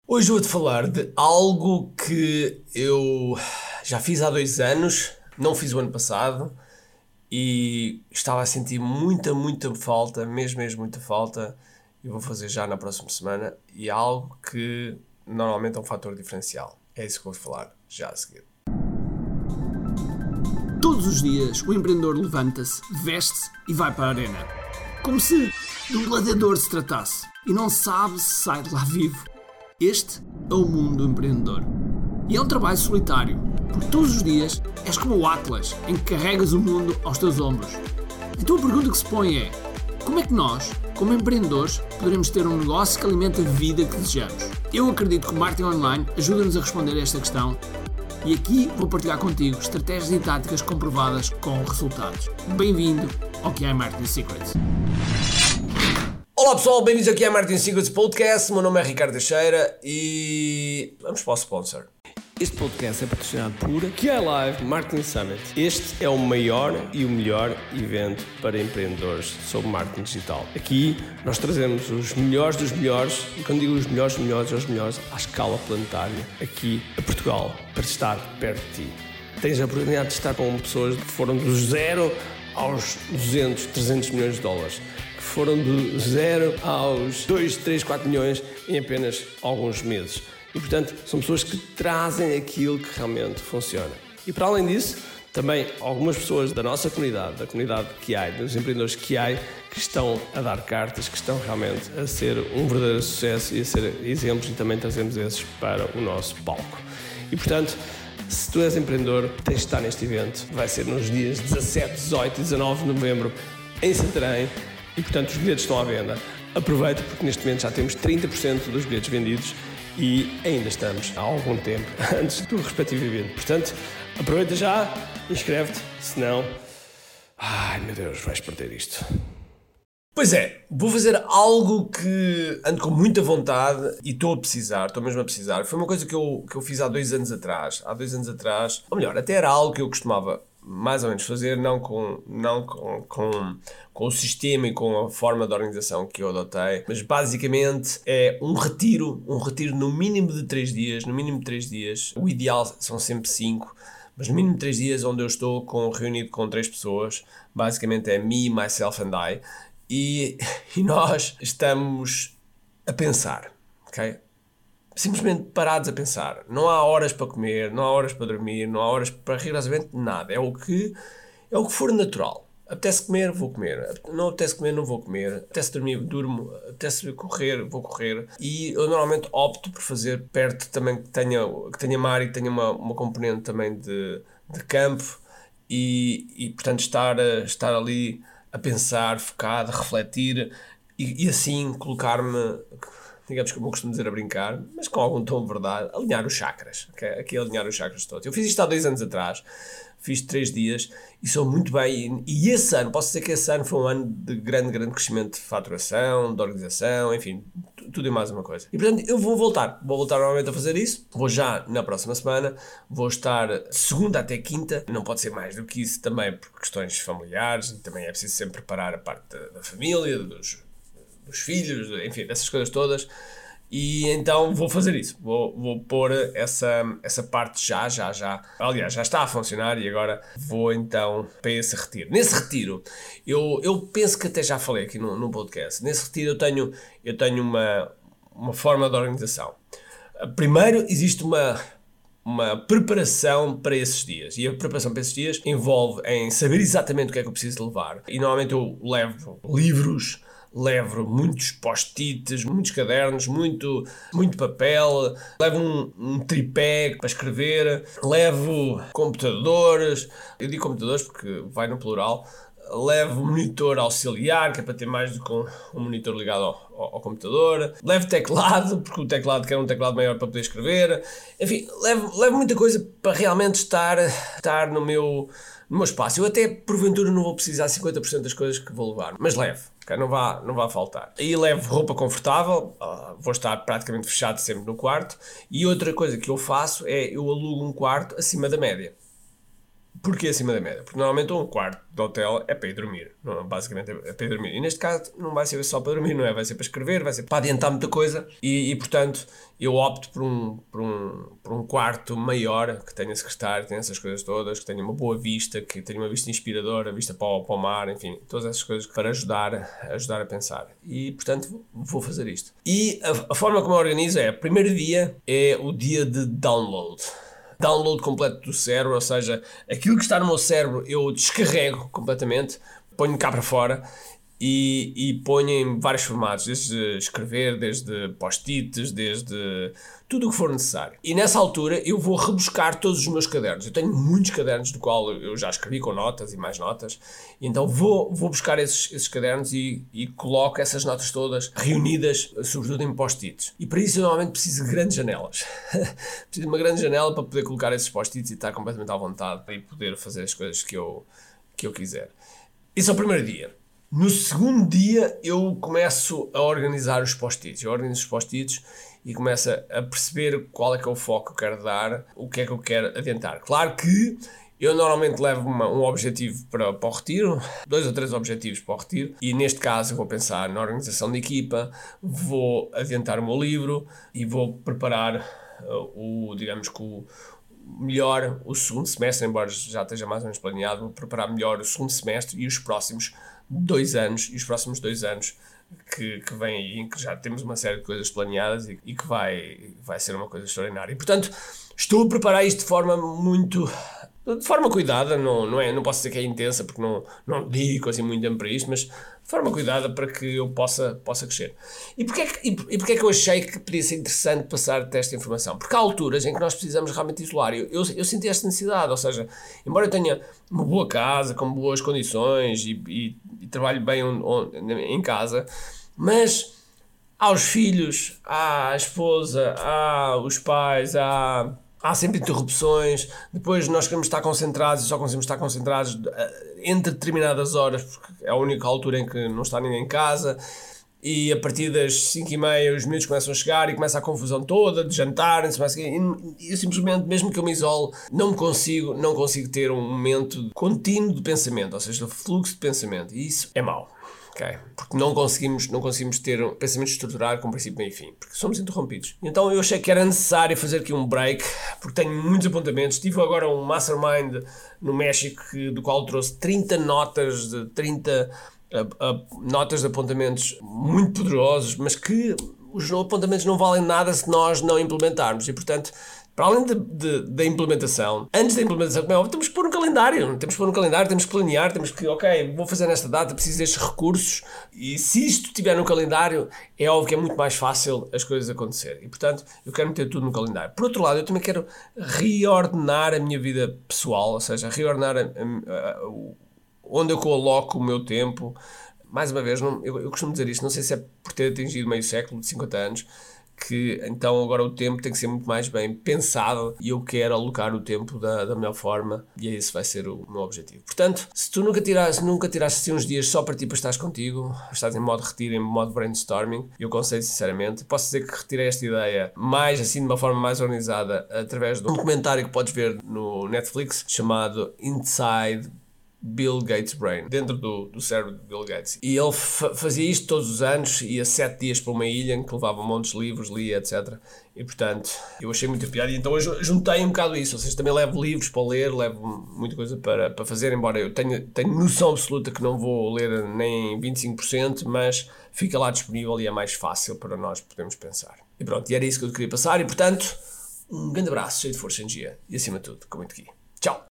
Hoje vou-te falar de algo que eu já fiz há 2 anos, não fiz o ano passado e estava a sentir muita falta, mesmo muita falta, e vou fazer já na próxima semana, e é algo que normalmente é um fator diferencial. É isso que vou falar já a seguir. Todos os dias o empreendedor levanta-se, veste-se e vai para a arena. Como se de um gladiador se tratasse e não sabe se sai de lá vivo. Este é o mundo do empreendedor. E é um trabalho solitário, porque todos os dias és como o Atlas, em que carregas o mundo aos teus ombros. Então a pergunta que se põe é: como é que nós, como empreendedores, poderemos ter um negócio que alimente a vida que desejamos? Eu acredito que o marketing online ajuda-nos a responder a esta questão, e aqui vou partilhar contigo estratégias e táticas comprovadas com resultados. Bem-vindo ao QI Marketing Secrets. Olá pessoal, bem-vindos aqui ao Marketing Secrets Podcast. Meu nome é Ricardo Teixeira e vamos para o sponsor. Este podcast é patrocinado por QI Live Marketing Summit. Este é o maior e o melhor evento para empreendedores sobre marketing digital. Aqui nós trazemos os melhores dos melhores, e quando digo os melhores à escala planetária, aqui a Portugal, para estar perto de ti. Tens a oportunidade de estar com pessoas que foram do zero aos 200, 300 milhões de dólares. Foram do 0 aos 2, 3, 4 milhões em apenas alguns meses. E, portanto, são pessoas que trazem aquilo que realmente funciona. E, para além disso, também algumas pessoas da nossa comunidade, da comunidade QI, dos empreendedores QI, que estão a dar cartas, que estão realmente a ser um verdadeiro sucesso e a ser exemplos, e também trazemos esses para o nosso palco. E, portanto, se tu és empreendedor, tens de estar neste evento. Vai ser nos dias 17, 18 e 19 de novembro em Santarém. E, portanto, os bilhetes estão à venda. Aproveita, porque neste momento já temos 30% dos bilhetes vendidos e ainda estamos há algum tempo antes do respectivo evento. Portanto, aproveita já, inscreve-te, senão, ai meu Deus, vais perder isto. Pois é, vou fazer algo que ando com muita vontade e estou mesmo a precisar. Foi uma coisa que eu fiz há 2 anos atrás. Ou melhor, até era algo que eu costumava mais ou menos fazer, não com o sistema e com a forma de organização que eu adotei, mas basicamente é um retiro no mínimo de 3 dias, o ideal são sempre 5, mas no mínimo 3 dias onde eu estou reunido com 3 pessoas, basicamente é me, myself and I, e nós estamos a pensar, ok? Simplesmente parados a pensar. Não há horas para comer, não há horas para dormir, não há horas para rigorosamente nada. É o que for natural. Apetece comer, vou comer. Não apetece comer, não vou comer. Apetece dormir, durmo. Apetece correr, vou correr. E eu normalmente opto por fazer perto também que tenha mar e que tenha uma componente também de campo e portanto estar ali a pensar, focado, a refletir e assim colocar-me, digamos, como eu costumo dizer a brincar, mas com algum tom de verdade, alinhar os chakras, okay? Aqui alinhar os chakras todos. Eu fiz isto há 2 anos atrás, fiz 3 dias e sou muito bem, e esse ano, posso dizer que esse ano foi um ano de grande crescimento de faturação, de organização, enfim, tudo e mais uma coisa. E portanto eu vou voltar novamente a fazer isso, vou já na próxima semana, vou estar segunda até quinta, não pode ser mais do que isso também por questões familiares, e também é preciso sempre preparar a parte da família, dos filhos, enfim, dessas coisas todas, e então vou fazer isso, vou pôr essa parte já, aliás, já está a funcionar e agora vou então para esse retiro. Nesse retiro, eu penso que até já falei aqui no podcast, nesse retiro eu tenho uma forma de organização. Primeiro, existe uma preparação para esses dias, e a preparação para esses dias envolve em saber exatamente o que é que eu preciso levar, e normalmente eu levo livros, levo muitos post-its, muitos cadernos, muito papel, levo um tripé para escrever, levo computadores, eu digo computadores porque vai no plural, levo um monitor auxiliar, que é para ter mais do que um monitor ligado ao computador, levo teclado, porque o teclado quer um teclado maior para poder escrever, enfim, levo muita coisa para realmente estar no meu espaço. Eu até, porventura, não vou precisar 50% das coisas que vou levar, mas levo, okay? Não vá faltar. Aí levo roupa confortável, vou estar praticamente fechado sempre no quarto, e outra coisa que eu faço é, eu alugo um quarto acima da média. Porquê acima da média? Porque normalmente um quarto de hotel é para ir dormir. Não, basicamente é para ir dormir. E neste caso não vai ser só para dormir, não é? Vai ser para escrever, vai ser para adiantar muita coisa. E portanto, eu opto por um quarto maior, que tenha secretário, que tenha essas coisas todas, que tenha uma boa vista, que tenha uma vista inspiradora, vista para o mar, enfim, todas essas coisas para ajudar a pensar. E portanto, vou fazer isto. E a forma como eu organizo é, o primeiro dia é o dia de download completo do cérebro, ou seja, aquilo que está no meu cérebro eu descarrego completamente, ponho cá para fora e ponho em vários formatos, desde escrever, desde post-its, desde tudo o que for necessário. E nessa altura eu vou rebuscar todos os meus cadernos. Eu tenho muitos cadernos do qual eu já escrevi com notas e mais notas, e então vou buscar esses cadernos e coloco essas notas todas reunidas, sobretudo em post-its. E para isso eu normalmente preciso de grandes janelas. Preciso de uma grande janela para poder colocar esses post-its e estar completamente à vontade e poder fazer as coisas que eu quiser. Isso é o primeiro dia. No segundo dia eu começo a organizar os post-its. Eu organizo os post-its e começo a perceber qual é que é o foco que eu quero dar, o que é que eu quero adiantar. Claro que eu normalmente levo um objetivo para o retiro, 2 ou 3 objetivos para o retiro, e neste caso eu vou pensar na organização da equipa, vou adiantar o meu livro e vou preparar melhor o segundo semestre, embora já esteja mais ou menos planeado, vou preparar melhor o segundo semestre e os próximos 2 anos, que vêm aí, em que já temos uma série de coisas planeadas e que vai ser uma coisa extraordinária. E, portanto, estou a preparar isto de forma cuidada, não posso dizer que é intensa, porque não dedico assim muito tempo para isto, mas de forma cuidada para que eu possa crescer. E porquê é que eu achei que podia ser interessante passar-te esta informação? Porque há alturas em que nós precisamos realmente isolar. Eu senti esta necessidade, ou seja, embora eu tenha uma boa casa, com boas condições e trabalho bem em casa, mas há os filhos, há a esposa, há os pais, há sempre interrupções, depois nós queremos estar concentrados e só conseguimos estar concentrados entre determinadas horas, porque é a única altura em que não está ninguém em casa, e a partir das 5h30 os miúdos começam a chegar e começa a confusão toda de jantar, e eu simplesmente, mesmo que eu me isole, não consigo ter um momento contínuo de pensamento, ou seja, de fluxo de pensamento, e isso é mau. Okay. Porque não conseguimos ter um pensamento estruturado com princípio, meio e fim, porque somos interrompidos. Então eu achei que era necessário fazer aqui um break, porque tenho muitos apontamentos. Tive agora um mastermind no México, do qual trouxe 30 notas de apontamentos muito poderosos, mas que os apontamentos não valem nada se nós não implementarmos. E portanto, para além da implementação, antes da implementação, temos que pôr um calendário, temos que planear, temos que, vou fazer nesta data, preciso destes recursos, e se isto estiver no calendário, é óbvio que é muito mais fácil as coisas acontecerem. E, portanto, eu quero meter tudo no calendário. Por outro lado, eu também quero reordenar a minha vida pessoal, ou seja, reordenar onde eu coloco o meu tempo. Mais uma vez, eu costumo dizer isto, não sei se é por ter atingido meio século de 50 anos, que então agora o tempo tem que ser muito mais bem pensado e eu quero alocar o tempo da melhor forma, e esse vai ser o meu objetivo. Portanto, se tu nunca tiraste assim uns dias só para ti, para estares contigo, estás em modo retiro, em modo brainstorming, eu aconselho sinceramente. Posso dizer que retirei esta ideia mais assim, de uma forma mais organizada, através de um documentário que podes ver no Netflix chamado Inside Bill Gates' Brain, dentro do cérebro de Bill Gates. E ele fazia isto todos os anos, ia 7 dias para uma ilha em que levava montes de livros, lia, etc. E portanto, eu achei muito piada, e então eu juntei um bocado isso, ou seja, também levo livros para ler, levo muita coisa para fazer, embora eu tenha noção absoluta que não vou ler nem 25%, mas fica lá disponível e é mais fácil para nós podermos pensar. E pronto, e era isso que eu queria passar, e portanto, um grande abraço, cheio de força e energia, e acima de tudo, com muito aqui. Tchau!